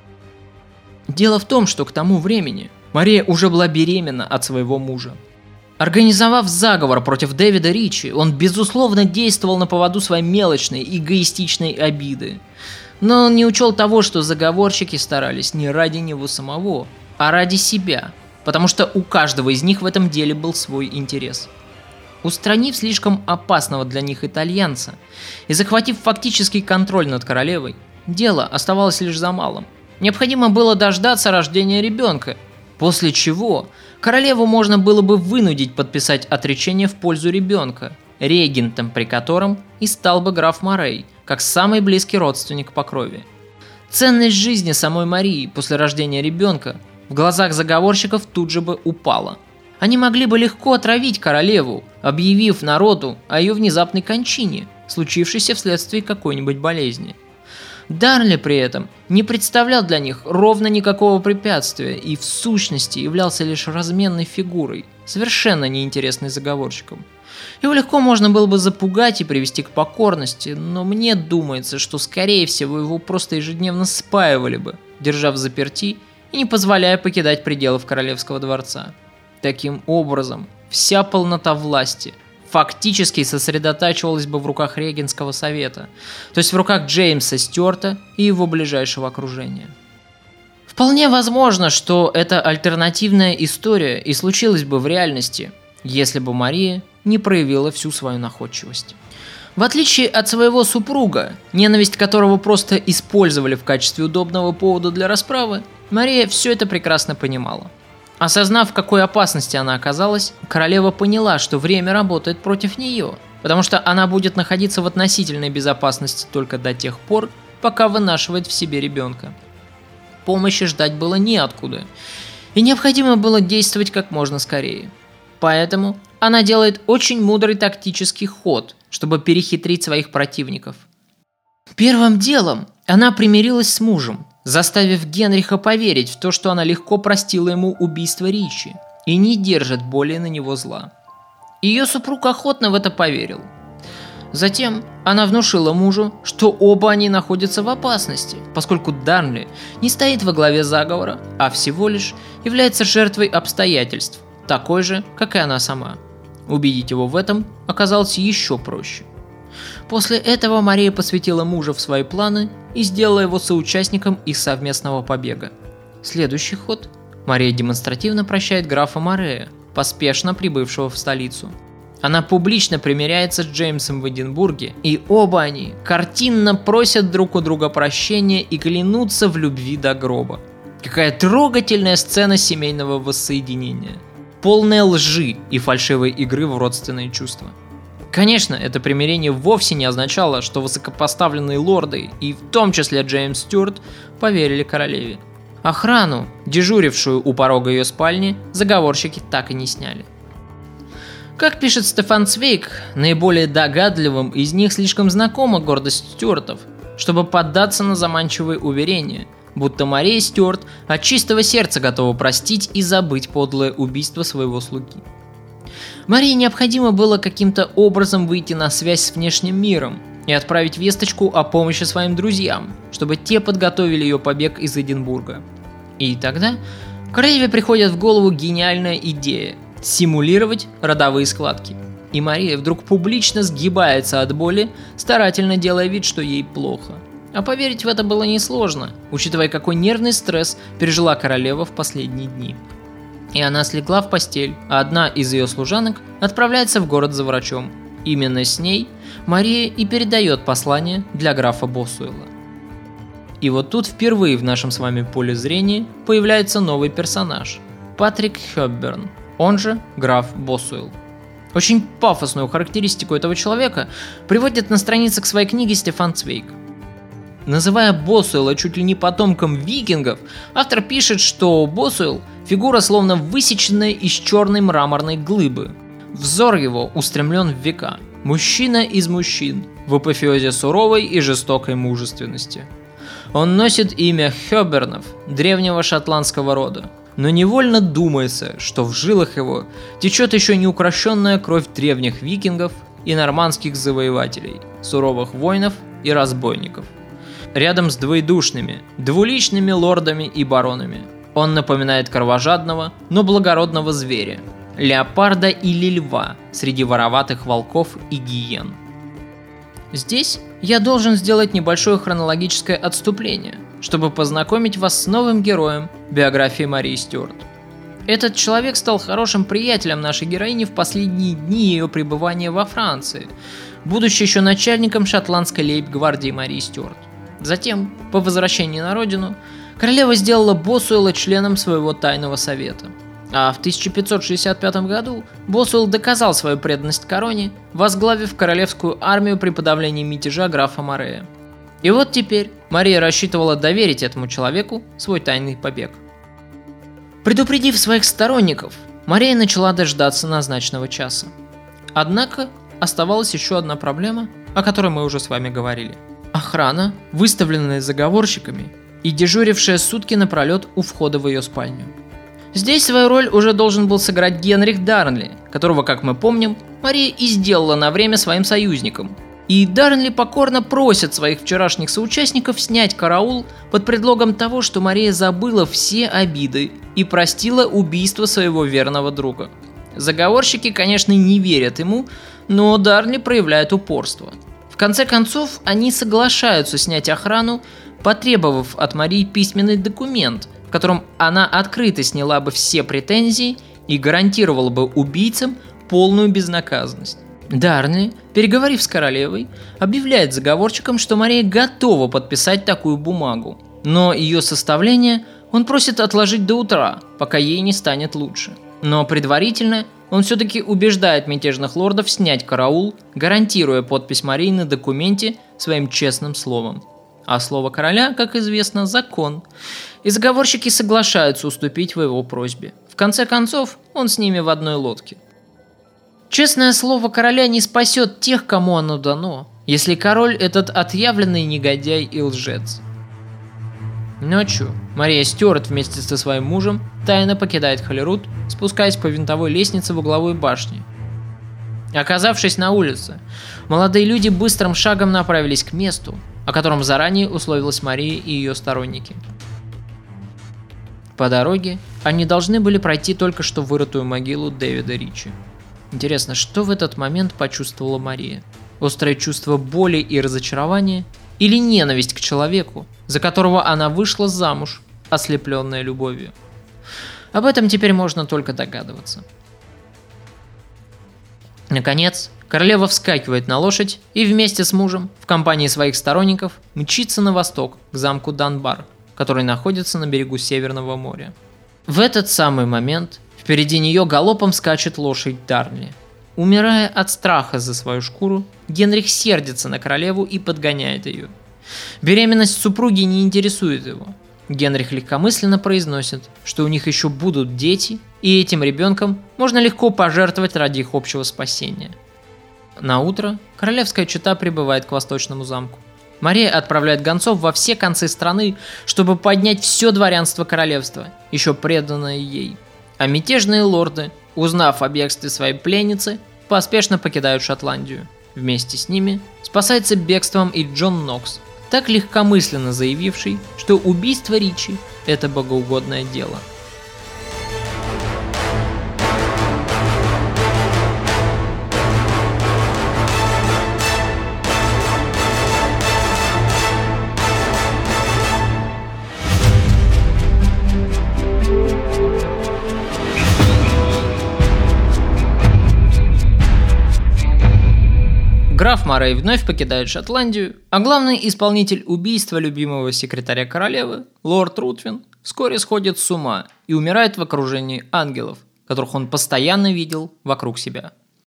Дело в том, что к тому времени Мария уже была беременна от своего мужа. Организовав заговор против Дэвида Ричи, он безусловно действовал на поводу своей мелочной, эгоистичной обиды. Но он не учел того, что заговорщики старались не ради него самого, а ради себя, потому что у каждого из них в этом деле был свой интерес. Устранив слишком опасного для них итальянца и захватив фактический контроль над королевой, дело оставалось лишь за малым. Необходимо было дождаться рождения ребенка, после чего королеву можно было бы вынудить подписать отречение в пользу ребенка, регентом при котором и стал бы граф Морей, как самый близкий родственник по крови. Ценность жизни самой Марии после рождения ребенка в глазах заговорщиков тут же бы упала. Они могли бы легко отравить королеву, объявив народу о ее внезапной кончине, случившейся вследствие какой-нибудь болезни. Дарнли при этом не представлял для них ровно никакого препятствия и в сущности являлся лишь разменной фигурой, совершенно неинтересной заговорщикам. Его легко можно было бы запугать и привести к покорности, но мне думается, что скорее всего его просто ежедневно спаивали бы, держа в заперти и не позволяя покидать пределов королевского дворца. Таким образом, вся полнота власти фактически сосредотачивалась бы в руках регентского совета, то есть в руках Джеймса Стюарта и его ближайшего окружения. Вполне возможно, что эта альтернативная история и случилась бы в реальности, если бы Мария не проявила всю свою находчивость. В отличие от своего супруга, ненависть которого просто использовали в качестве удобного повода для расправы, Мария все это прекрасно понимала. Осознав, в какой опасности она оказалась, королева поняла, что время работает против нее, потому что она будет находиться в относительной безопасности только до тех пор, пока вынашивает в себе ребенка. Помощи ждать было неоткуда, и необходимо было действовать как можно скорее. Поэтому она делает очень мудрый тактический ход, чтобы перехитрить своих противников. Первым делом она примирилась с мужем, заставив Генриха поверить в то, что она легко простила ему убийство Ричи и не держит более на него зла. Ее супруг охотно в это поверил. Затем она внушила мужу, что оба они находятся в опасности, поскольку Дарнли не стоит во главе заговора, а всего лишь является жертвой обстоятельств, такой же, как и она сама. Убедить его в этом оказалось еще проще. После этого Мария посвятила мужа в свои планы и сделала его соучастником их совместного побега. Следующий ход. Мария демонстративно прощает графа Морея, поспешно прибывшего в столицу. Она публично примиряется с Джеймсом в Эдинбурге, и оба они картинно просят друг у друга прощения и клянутся в любви до гроба. Какая трогательная сцена семейного воссоединения. Полная лжи и фальшивой игры в родственные чувства. Конечно, это примирение вовсе не означало, что высокопоставленные лорды, и в том числе Джеймс Стюарт, поверили королеве. Охрану, дежурившую у порога ее спальни, заговорщики так и не сняли. Как пишет Стефан Цвейг, наиболее догадливым из них слишком знакома гордость Стюартов, чтобы поддаться на заманчивые уверения, будто Мария Стюарт от чистого сердца готова простить и забыть подлое убийство своего слуги. Марии необходимо было каким-то образом выйти на связь с внешним миром и отправить весточку о помощи своим друзьям, чтобы те подготовили ее побег из Эдинбурга. И тогда королеве приходит в голову гениальная идея – симулировать родовые складки. И Мария вдруг публично сгибается от боли, старательно делая вид, что ей плохо. А поверить в это было несложно, учитывая, какой нервный стресс пережила королева в последние дни. И она слегла в постель, а одна из ее служанок отправляется в город за врачом. Именно с ней Мария и передает послание для графа Босуэлла. И вот тут впервые в нашем с вами поле зрения появляется новый персонаж – Патрик Хёбберн. он же граф Босуэлл. Очень пафосную характеристику этого человека приводит на страницах своей книги Стефан Цвейг. Называя Босуэлла чуть ли не потомком викингов, автор пишет, что Босуэлл – фигура словно высеченная из черной мраморной глыбы. Взор его устремлен в века. Мужчина из мужчин, в апофеозе суровой и жестокой мужественности. Он носит имя Хёбернов, древнего шотландского рода, но невольно думается, что в жилах его течет еще неукрощенная кровь древних викингов и нормандских завоевателей, суровых воинов и разбойников. Рядом с двоедушными, двуличными лордами и баронами он напоминает кровожадного, но благородного зверя, леопарда или льва среди вороватых волков и гиен. Здесь я должен сделать небольшое хронологическое отступление, чтобы познакомить вас с новым героем биографии Марии Стюарт. Этот человек стал хорошим приятелем нашей героини в последние дни ее пребывания во Франции, будучи еще начальником шотландской лейб-гвардии Марии Стюарт. Затем, по возвращении на родину, королева сделала Босуэлла членом своего тайного совета. А в тысяча пятьсот шестьдесят пятом году Босуэлл доказал свою преданность короне, возглавив королевскую армию при подавлении мятежа графа Морея. И вот теперь Мария рассчитывала доверить этому человеку свой тайный побег. Предупредив своих сторонников, Мария начала дождаться назначенного часа. Однако оставалась еще одна проблема, о которой мы уже с вами говорили. Охрана, выставленная заговорщиками и дежурившая сутки напролет у входа в ее спальню. Здесь свою роль уже должен был сыграть Генрих Дарнли, которого, как мы помним, Мария и сделала на время своим союзником. И Дарнли покорно просит своих вчерашних соучастников снять караул под предлогом того, что Мария забыла все обиды и простила убийство своего верного друга. Заговорщики, конечно, не верят ему, но Дарнли проявляет упорство. В конце концов, они соглашаются снять охрану, потребовав от Марии письменный документ, в котором она открыто сняла бы все претензии и гарантировала бы убийцам полную безнаказанность. Дарнли, переговорив с королевой, объявляет заговорщикам, что Мария готова подписать такую бумагу, но ее составление он просит отложить до утра, пока ей не станет лучше. Но предварительно он все-таки убеждает мятежных лордов снять караул, гарантируя подпись Марии на документе своим честным словом. А слово короля, как известно, закон. И заговорщики соглашаются уступить в его просьбе. В конце концов, он с ними в одной лодке. Честное слово короля не спасет тех, кому оно дано, если король этот отъявленный негодяй и лжец. Ночью Мария Стюарт вместе со своим мужем тайно покидает Холерут, спускаясь по винтовой лестнице в угловой башне. Оказавшись на улице, молодые люди быстрым шагом направились к месту, о котором заранее условилась Мария и ее сторонники. По дороге они должны были пройти только что вырытую могилу Дэвида Ричи. Интересно, что в этот момент почувствовала Мария? Острое чувство боли и разочарования? Или ненависть к человеку, за которого она вышла замуж, ослепленная любовью? Об этом теперь можно только догадываться. Наконец, королева вскакивает на лошадь и вместе с мужем, в компании своих сторонников, мчится на восток, к замку Данбар, который находится на берегу Северного моря. В этот самый момент впереди нее галопом скачет лошадь Дарнли. Умирая от страха за свою шкуру, Генрих сердится на королеву и подгоняет ее. Беременность супруги не интересует его. Генрих легкомысленно произносит, что у них еще будут дети, и этим ребенком можно легко пожертвовать ради их общего спасения. На утро королевская чета прибывает к восточному замку. Мария отправляет гонцов во все концы страны, чтобы поднять все дворянство королевства, еще преданное ей. А мятежные лорды, узнав о бегстве своей пленницы, поспешно покидают Шотландию. Вместе с ними спасается бегством и Джон Нокс, так легкомысленно заявивший, что убийство Ричи – это богоугодное дело. Граф Морей вновь покидает Шотландию, а главный исполнитель убийства любимого секретаря королевы, лорд Рутвин, вскоре сходит с ума и умирает в окружении ангелов, которых он постоянно видел вокруг себя.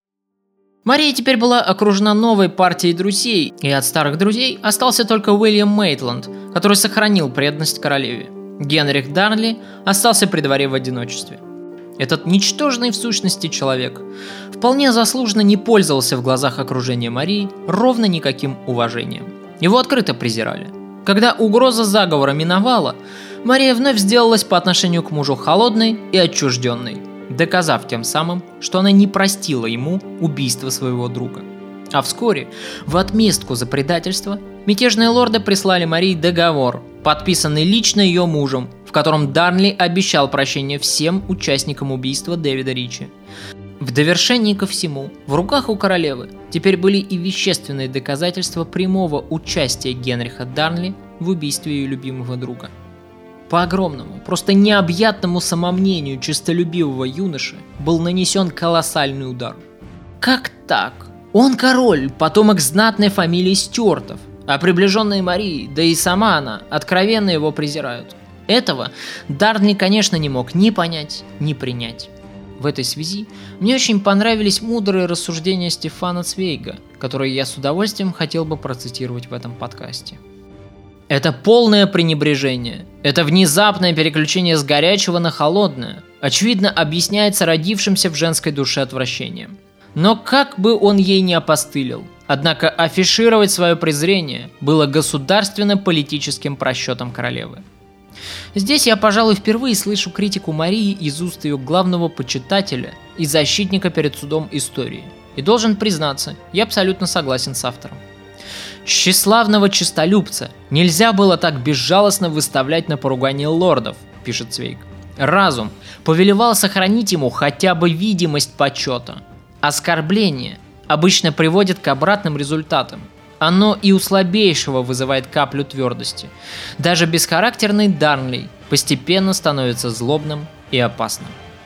Мария теперь была окружена новой партией друзей, и от старых друзей остался только Уильям Мейтланд, который сохранил преданность королеве. Генрих Дарнли остался при дворе в одиночестве. Этот ничтожный в сущности человек вполне заслуженно не пользовался в глазах окружения Марии ровно никаким уважением. Его открыто презирали. Когда угроза заговора миновала, Мария вновь сделалась по отношению к мужу холодной и отчужденной, доказав тем самым, что она не простила ему убийство своего друга. А вскоре, в отместку за предательство, мятежные лорды прислали Марии договор, подписанный лично ее мужем, в котором Дарнли обещал прощение всем участникам убийства Дэвида Ричи. В довершении ко всему, в руках у королевы теперь были и вещественные доказательства прямого участия Генриха Дарнли в убийстве ее любимого друга. По огромному, просто необъятному самомнению честолюбивого юноши был нанесен колоссальный удар. Как так? Он король, потомок знатной фамилии Стюартов, а приближенные Марии, да и сама она, откровенно его презирают. Этого Дарнли, конечно, не мог ни понять, ни принять. В этой связи мне очень понравились мудрые рассуждения Стефана Цвейга, которые я с удовольствием хотел бы процитировать в этом подкасте. Это полное пренебрежение, это внезапное переключение с горячего на холодное, очевидно объясняется родившимся в женской душе отвращением. Но как бы он ей не опостылил, однако афишировать свое презрение было государственно-политическим просчетом королевы. Здесь я, пожалуй, впервые слышу критику Марии из уст ее главного почитателя и защитника перед судом истории. И должен признаться, я абсолютно согласен с автором. «Тщеславного честолюбца нельзя было так безжалостно выставлять на поругание лордов», – пишет Цвейг. «Разум повелевал сохранить ему хотя бы видимость почета. Оскорбление обычно приводит к обратным результатам. Оно и у слабейшего вызывает каплю твердости. Даже бесхарактерный Дарнли постепенно становится злобным и опасным».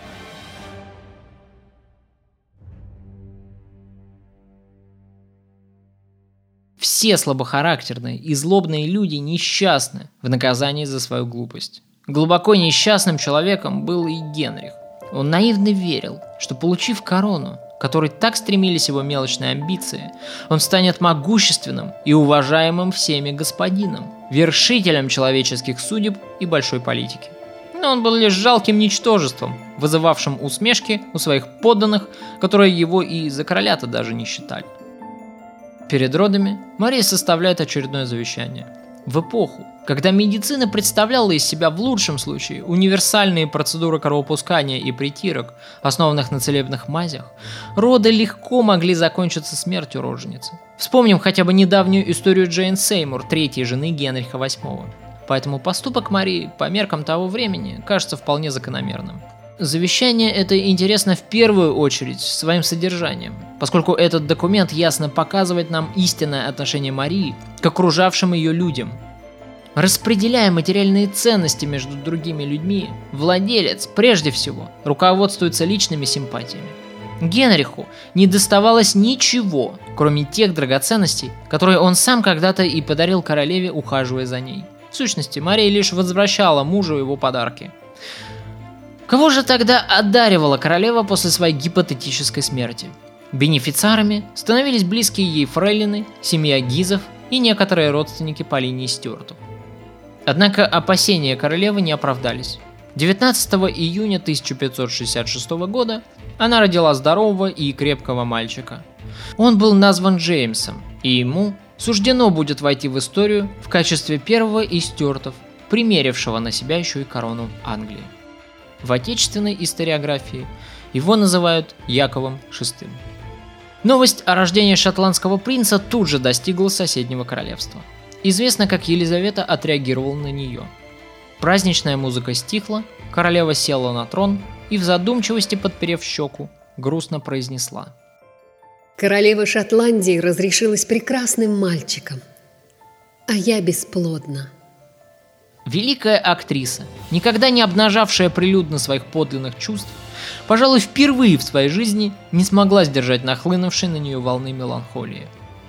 Все слабохарактерные и злобные люди несчастны в наказании за свою глупость. Глубоко несчастным человеком был и Генрих. Он наивно верил, что, получив корону, к которой так стремились его мелочные амбиции, он станет могущественным и уважаемым всеми господином, вершителем человеческих судеб и большой политики. Но он был лишь жалким ничтожеством, вызывавшим усмешки у своих подданных, которые его и за короля-то даже не считали. Перед родами Мария составляет очередное завещание. В эпоху, когда медицина представляла из себя в лучшем случае универсальные процедуры кровопускания и притирок, основанных на целебных мазях, роды легко могли закончиться смертью роженицы. Вспомним хотя бы недавнюю историю Джейн Сеймур, третьей жены Генриха восьмого. Поэтому поступок Марии по меркам того времени кажется вполне закономерным. Завещание это интересно в первую очередь своим содержанием, поскольку этот документ ясно показывает нам истинное отношение Марии к окружавшим ее людям. Распределяя материальные ценности между другими людьми, владелец, прежде всего, руководствуется личными симпатиями. Генриху не доставалось ничего, кроме тех драгоценностей, которые он сам когда-то и подарил королеве, ухаживая за ней. В сущности, Мария лишь возвращала мужу его подарки. Кого же тогда одаривала королева после своей гипотетической смерти? Бенефициарами становились близкие ей фрейлины, семья Гизов и некоторые родственники по линии Стюартов. Однако опасения королевы не оправдались. девятнадцатого июня тысяча пятьсот шестьдесят шестого года она родила здорового и крепкого мальчика. Он был назван Джеймсом, и ему суждено будет войти в историю в качестве первого из Стюартов, примерившего на себя еще и корону Англии. В отечественной историографии его называют Яковом шестым. Новость о рождении шотландского принца тут же достигла соседнего королевства. Известно, как Елизавета отреагировала на нее. Праздничная музыка стихла, королева села на трон и в задумчивости, подперев щеку, грустно произнесла: «Королева Шотландии разрешилась прекрасным мальчиком, а я бесплодна». Великая актриса, никогда не обнажавшая прилюдно своих подлинных чувств, пожалуй, впервые в своей жизни не смогла сдержать нахлынувшей на нее волны меланхолии.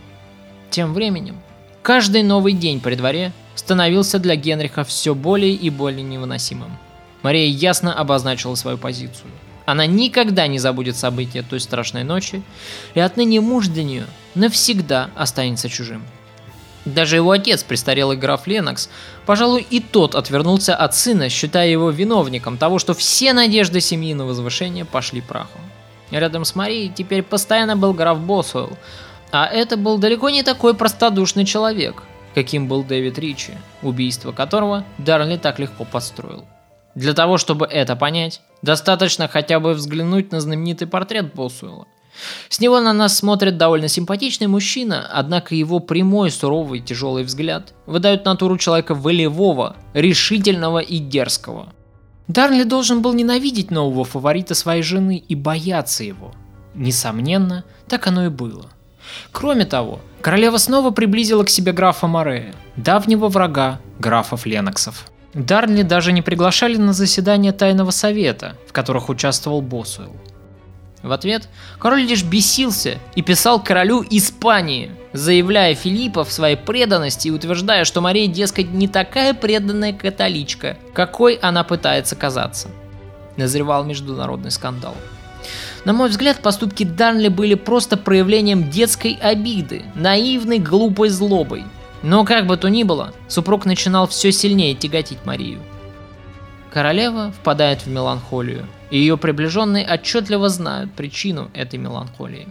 Тем временем, каждый новый день при дворе становился для Генриха все более и более невыносимым. Мария ясно обозначила свою позицию. Она никогда не забудет события той страшной ночи, и отныне муж для нее навсегда останется чужим. Даже его отец, престарелый граф Леннокс, пожалуй, и тот отвернулся от сына, считая его виновником того, что все надежды семьи на возвышение пошли прахом. Рядом с Марией теперь постоянно был граф Босуэлл, а это был далеко не такой простодушный человек, каким был Дэвид Ричи, убийство которого Дарнли так легко подстроил. Для того, чтобы это понять, достаточно хотя бы взглянуть на знаменитый портрет Босуэлла. С него на нас смотрит довольно симпатичный мужчина, однако его прямой, суровый, тяжелый взгляд выдает натуру человека волевого, решительного и дерзкого. Дарнли должен был ненавидеть нового фаворита своей жены и бояться его. Несомненно, так оно и было. Кроме того, королева снова приблизила к себе графа Морея, давнего врага графов Ленноксов. Дарнли даже не приглашали на заседания тайного совета, в которых участвовал Босуэлл. В ответ король лишь бесился и писал королю Испании, заявляя Филиппа в своей преданности и утверждая, что Мария, дескать, не такая преданная католичка, какой она пытается казаться. Назревал международный скандал. На мой взгляд, поступки Дарнли были просто проявлением детской обиды, наивной, глупой злобой. Но как бы то ни было, супруг начинал все сильнее тяготить Марию. Королева впадает в меланхолию, и ее приближенные отчетливо знают причину этой меланхолии.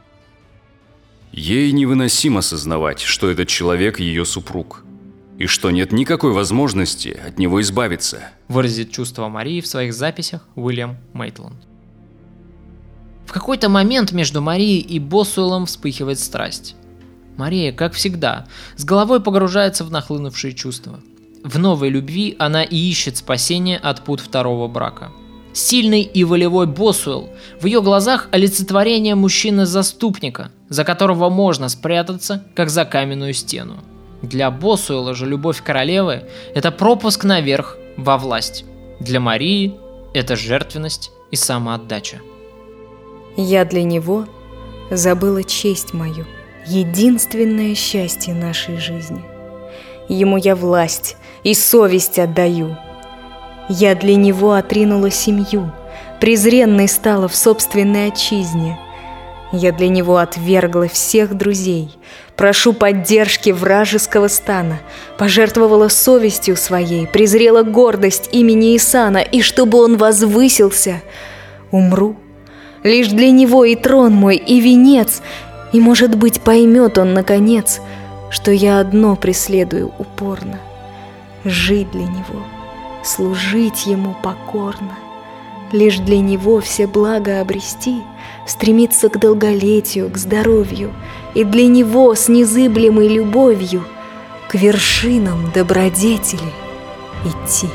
Ей невыносимо осознавать, что этот человек ее супруг, и что нет никакой возможности от него избавиться, выразит чувство Марии в своих записях Уильям Мейтланд. В какой-то момент между Марией и Босуэллом вспыхивает страсть. Мария, как всегда, с головой погружается в нахлынувшие чувства. В новой любви она и ищет спасения от пут второго брака. Сильный и волевой Босуэлл в ее глазах олицетворение мужчины-заступника, за которого можно спрятаться, как за каменную стену. Для Босуэлла же любовь королевы – это пропуск наверх во власть. Для Марии – это жертвенность и самоотдача. Я для него забыла честь мою, единственное счастье нашей жизни. Ему я власть и совесть отдаю. Я для него отринула семью, презренной стала в собственной отчизне. Я для него отвергла всех друзей, прошу поддержки вражеского стана, пожертвовала совестью своей, презрела гордость имени и сана, и чтобы он возвысился, умру. Лишь для него и трон мой, и венец, и, может быть, поймет он, наконец, что я одно преследую упорно — жить для него, служить ему покорно, лишь для него все блага обрести, стремиться к долголетию, к здоровью, и для него с незыблемой любовью к вершинам добродетели идти.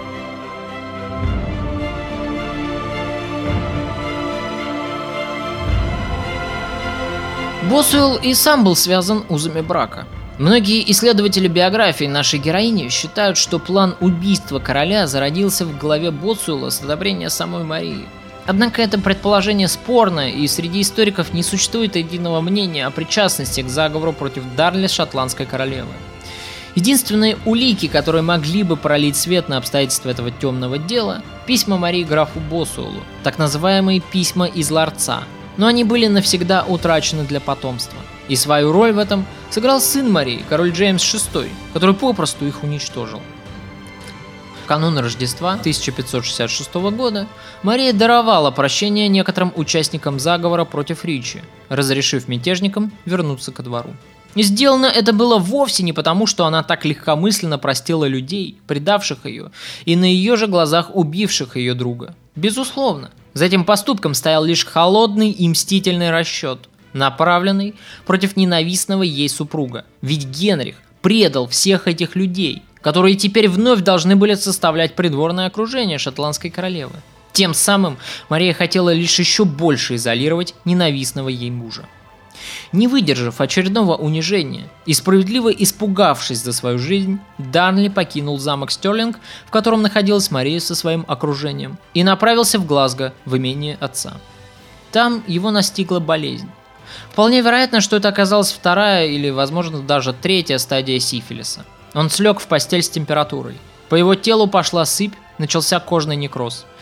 Босуэлл и сам был связан узами брака. Многие исследователи биографии нашей героини считают, что план убийства короля зародился в голове Босуэлла с одобрения самой Марии. Однако это предположение спорное, и среди историков не существует единого мнения о причастности к заговору против Дарнли шотландской королевы. Единственные улики, которые могли бы пролить свет на обстоятельства этого темного дела – письма Марии графу Босуэллу, так называемые письма из ларца. Но они были навсегда утрачены для потомства. И свою роль в этом сыграл сын Марии, король Джеймс шестой, который попросту их уничтожил. В канун Рождества тысяча пятьсот шестьдесят шестого года Мария даровала прощение некоторым участникам заговора против Ричи, разрешив мятежникам вернуться ко двору. И сделано это было вовсе не потому, что она так легкомысленно простила людей, предавших ее, и на ее же глазах убивших ее друга. Безусловно, за этим поступком стоял лишь холодный и мстительный расчет, направленный против ненавистного ей супруга. Ведь Генрих предал всех этих людей, которые теперь вновь должны были составлять придворное окружение шотландской королевы. Тем самым Мария хотела лишь еще больше изолировать ненавистного ей мужа. Не выдержав очередного унижения и справедливо испугавшись за свою жизнь, Дарнли покинул замок Стерлинг, в котором находилась Мария со своим окружением, и направился в Глазго, в имение отца. Там его настигла болезнь. Вполне вероятно, что это оказалась вторая или, возможно, даже третья стадия сифилиса. Он слег в постель с температурой. По его телу пошла сыпь, начался кожный некроз.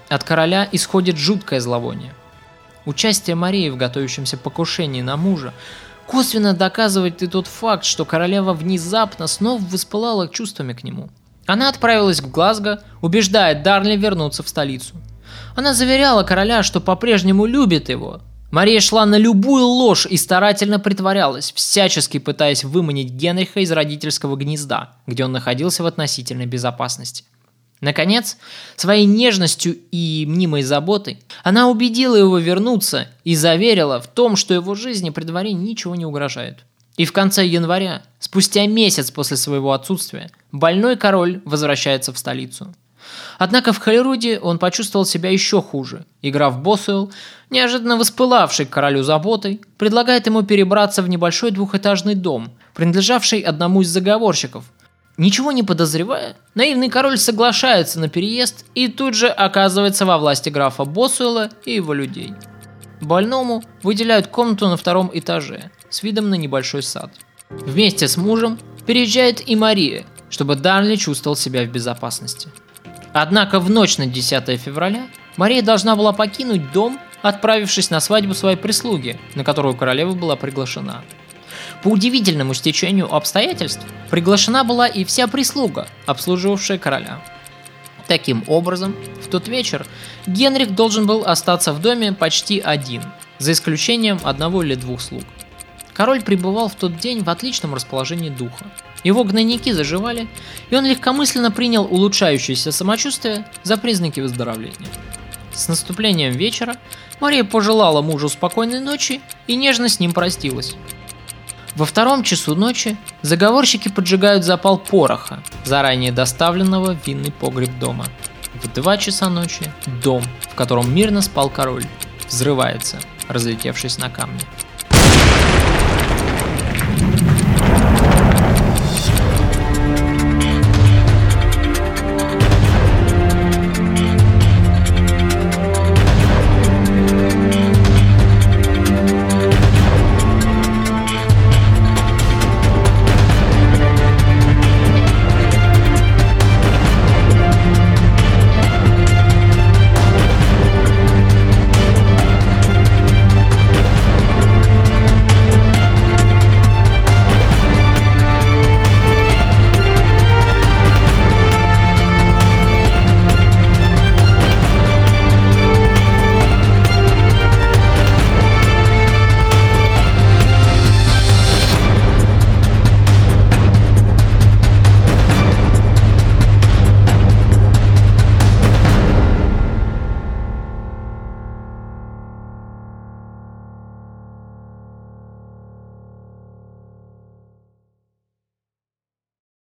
От короля исходит жуткое зловоние. Участие Марии в готовящемся покушении на мужа косвенно доказывает и тот факт, что королева внезапно снова воспылала чувствами к нему. Она отправилась в Глазго, убеждая Дарнли вернуться в столицу. Она заверяла короля, что по-прежнему любит его. Мария шла на любую ложь и старательно притворялась, всячески пытаясь выманить Генриха из родительского гнезда, где он находился в относительной безопасности. Наконец, своей нежностью и мнимой заботой она убедила его вернуться и заверила в том, что его жизни при дворе ничего не угрожает. И в конце января, спустя месяц после своего отсутствия, больной король возвращается в столицу. Однако в Холлируде он почувствовал себя еще хуже, и граф Босуэлл, неожиданно воспылавший к королю заботой, предлагает ему перебраться в небольшой двухэтажный дом, принадлежавший одному из заговорщиков. Ничего не подозревая, наивный король соглашается на переезд и тут же оказывается во власти графа Босуэлла и его людей. Больному выделяют комнату на втором этаже с видом на небольшой сад. Вместе с мужем переезжает и Мария, чтобы Дарнли чувствовал себя в безопасности. Однако в ночь на десятое февраля Мария должна была покинуть дом, отправившись на свадьбу своей прислуги, на которую королева была приглашена. По удивительному стечению обстоятельств приглашена была и вся прислуга, обслуживавшая короля. Таким образом, в тот вечер Генрих должен был остаться в доме почти один, за исключением одного или двух слуг. Король пребывал в тот день в отличном расположении духа. Его гнойники заживали, и он легкомысленно принял улучшающееся самочувствие за признаки выздоровления. С наступлением вечера Мария пожелала мужу спокойной ночи и нежно с ним простилась. Во втором часу ночи заговорщики поджигают запал пороха, заранее доставленного в винный погреб дома. В два часа ночи дом, в котором мирно спал король, взрывается, разлетевшись на камни.